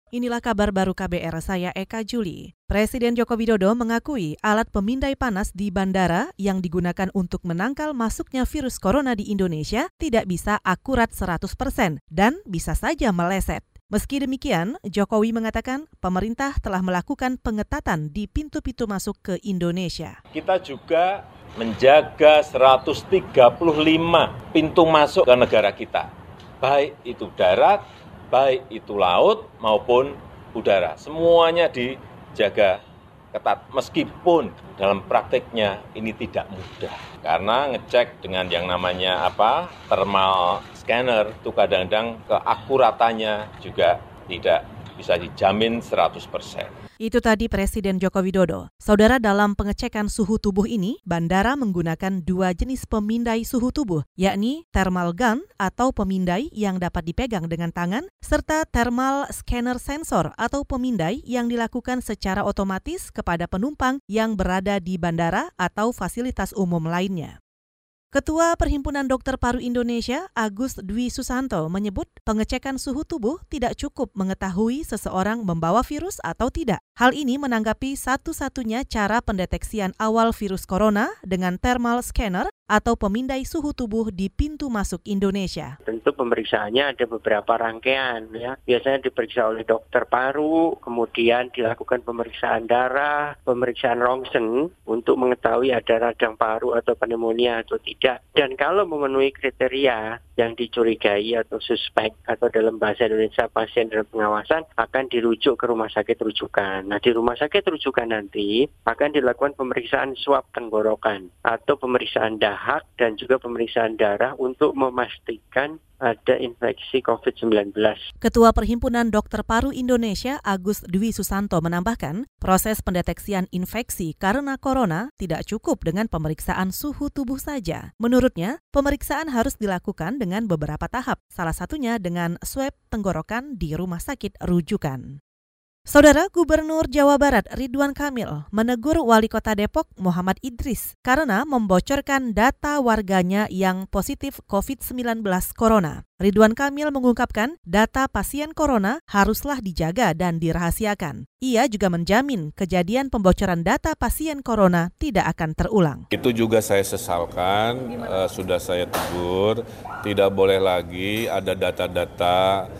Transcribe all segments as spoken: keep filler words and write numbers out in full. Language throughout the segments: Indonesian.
Inilah kabar baru K B R, saya Eka Juli. Presiden Joko Widodo mengakui alat pemindai panas di bandara yang digunakan untuk menangkal masuknya virus corona di Indonesia tidak bisa akurat seratus persen dan bisa saja meleset. Meski demikian, Jokowi mengatakan pemerintah telah melakukan pengetatan di pintu-pintu masuk ke Indonesia. Kita juga menjaga seratus tiga puluh lima pintu masuk ke negara kita, baik itu darat, baik itu laut maupun udara. Semuanya dijaga ketat, meskipun dalam prakteknya ini tidak mudah. Karena ngecek dengan yang namanya apa thermal scanner itu kadang-kadang keakuratannya juga tidak bisa dijamin seratus persen. Itu tadi Presiden Joko Widodo. Saudara, dalam pengecekan suhu tubuh ini, bandara menggunakan dua jenis pemindai suhu tubuh, yakni thermal gun atau pemindai yang dapat dipegang dengan tangan, serta thermal scanner sensor atau pemindai yang dilakukan secara otomatis kepada penumpang yang berada di bandara atau fasilitas umum lainnya. Ketua Perhimpunan Dokter Paru Indonesia, Agus Dwi Susanto, menyebut pengecekan suhu tubuh tidak cukup mengetahui seseorang membawa virus atau tidak. Hal ini menanggapi satu-satunya cara pendeteksian awal virus corona dengan thermal scanner atau pemindai suhu tubuh di pintu masuk Indonesia. Tentu pemeriksaannya ada beberapa rangkaian, ya. Biasanya diperiksa oleh dokter paru, kemudian dilakukan pemeriksaan darah, pemeriksaan rongsen untuk mengetahui ada radang paru atau pneumonia atau tidak. Dan kalau memenuhi kriteria yang dicurigai atau suspek atau dalam bahasa Indonesia pasien dalam pengawasan akan dirujuk ke rumah sakit rujukan. Nah, di rumah sakit rujukan nanti akan dilakukan pemeriksaan swab tenggorokan atau pemeriksaan dahak dan juga pemeriksaan darah untuk memastikan ada infeksi covid sembilan belas. Ketua Perhimpunan Dokter Paru Indonesia, Agus Dwi Susanto, menambahkan proses pendeteksian infeksi karena corona tidak cukup dengan pemeriksaan suhu tubuh saja. Menurutnya, pemeriksaan harus dilakukan dengan beberapa tahap, salah satunya dengan swab tenggorokan di rumah sakit rujukan. Saudara, Gubernur Jawa Barat Ridwan Kamil menegur Wali Kota Depok Muhammad Idris karena membocorkan data warganya yang positif covid sembilan belas corona. Ridwan Kamil mengungkapkan data pasien corona haruslah dijaga dan dirahasiakan. Ia juga menjamin kejadian pembocoran data pasien corona tidak akan terulang. Itu juga saya sesalkan, uh, sudah saya tegur, tidak boleh lagi ada data-data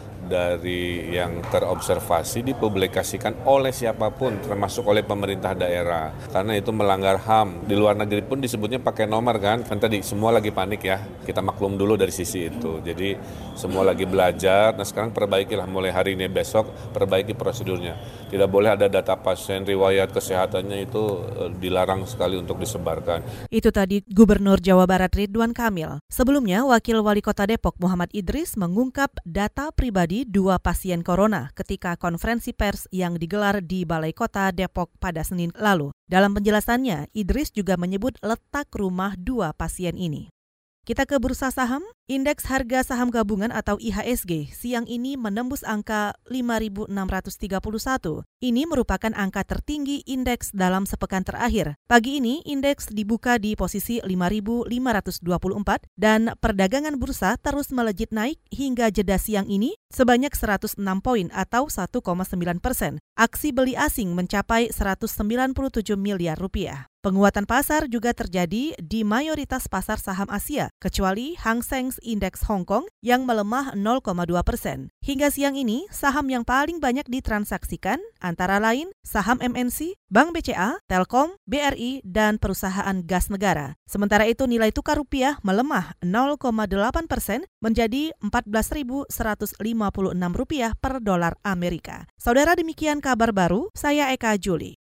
dari yang terobservasi dipublikasikan oleh siapapun, termasuk oleh pemerintah daerah. Karena itu melanggar H A M. Di luar negeri pun disebutnya pakai nomor kan. Kan tadi semua lagi panik ya. Kita maklum dulu dari sisi itu. Jadi semua lagi belajar. Nah sekarang perbaikilah mulai hari ini besok, perbaiki prosedurnya. Tidak boleh ada data pasien, riwayat kesehatannya itu dilarang sekali untuk disebarkan. Itu tadi Gubernur Jawa Barat Ridwan Kamil. Sebelumnya, Wakil Wali Kota Depok Muhammad Idris mengungkap data pribadi dua pasien corona ketika konferensi pers yang digelar di Balai Kota Depok pada Senin lalu. Dalam penjelasannya, Idris juga menyebut letak rumah dua pasien ini. Kita ke bursa saham. Indeks harga saham gabungan atau I H S G siang ini menembus angka lima ribu enam ratus tiga puluh satu. Ini merupakan angka tertinggi indeks dalam sepekan terakhir. Pagi ini indeks dibuka di posisi lima ribu lima ratus dua puluh empat dan perdagangan bursa terus melejit naik hingga jeda siang ini sebanyak seratus enam poin atau satu koma sembilan persen. Aksi beli asing mencapai seratus sembilan puluh tujuh miliar rupiah. Penguatan pasar juga terjadi di mayoritas pasar saham Asia, kecuali Hang Seng Indeks Hong Kong yang melemah nol koma dua persen. Hingga siang ini, saham yang paling banyak ditransaksikan antara lain saham M N C, Bank B C A, Telkom, B R I, dan perusahaan gas negara. Sementara itu nilai tukar rupiah melemah nol koma delapan persen menjadi empat belas ribu seratus lima puluh enam rupiah per dolar Amerika. Saudara, demikian kabar baru, saya Eka Juli.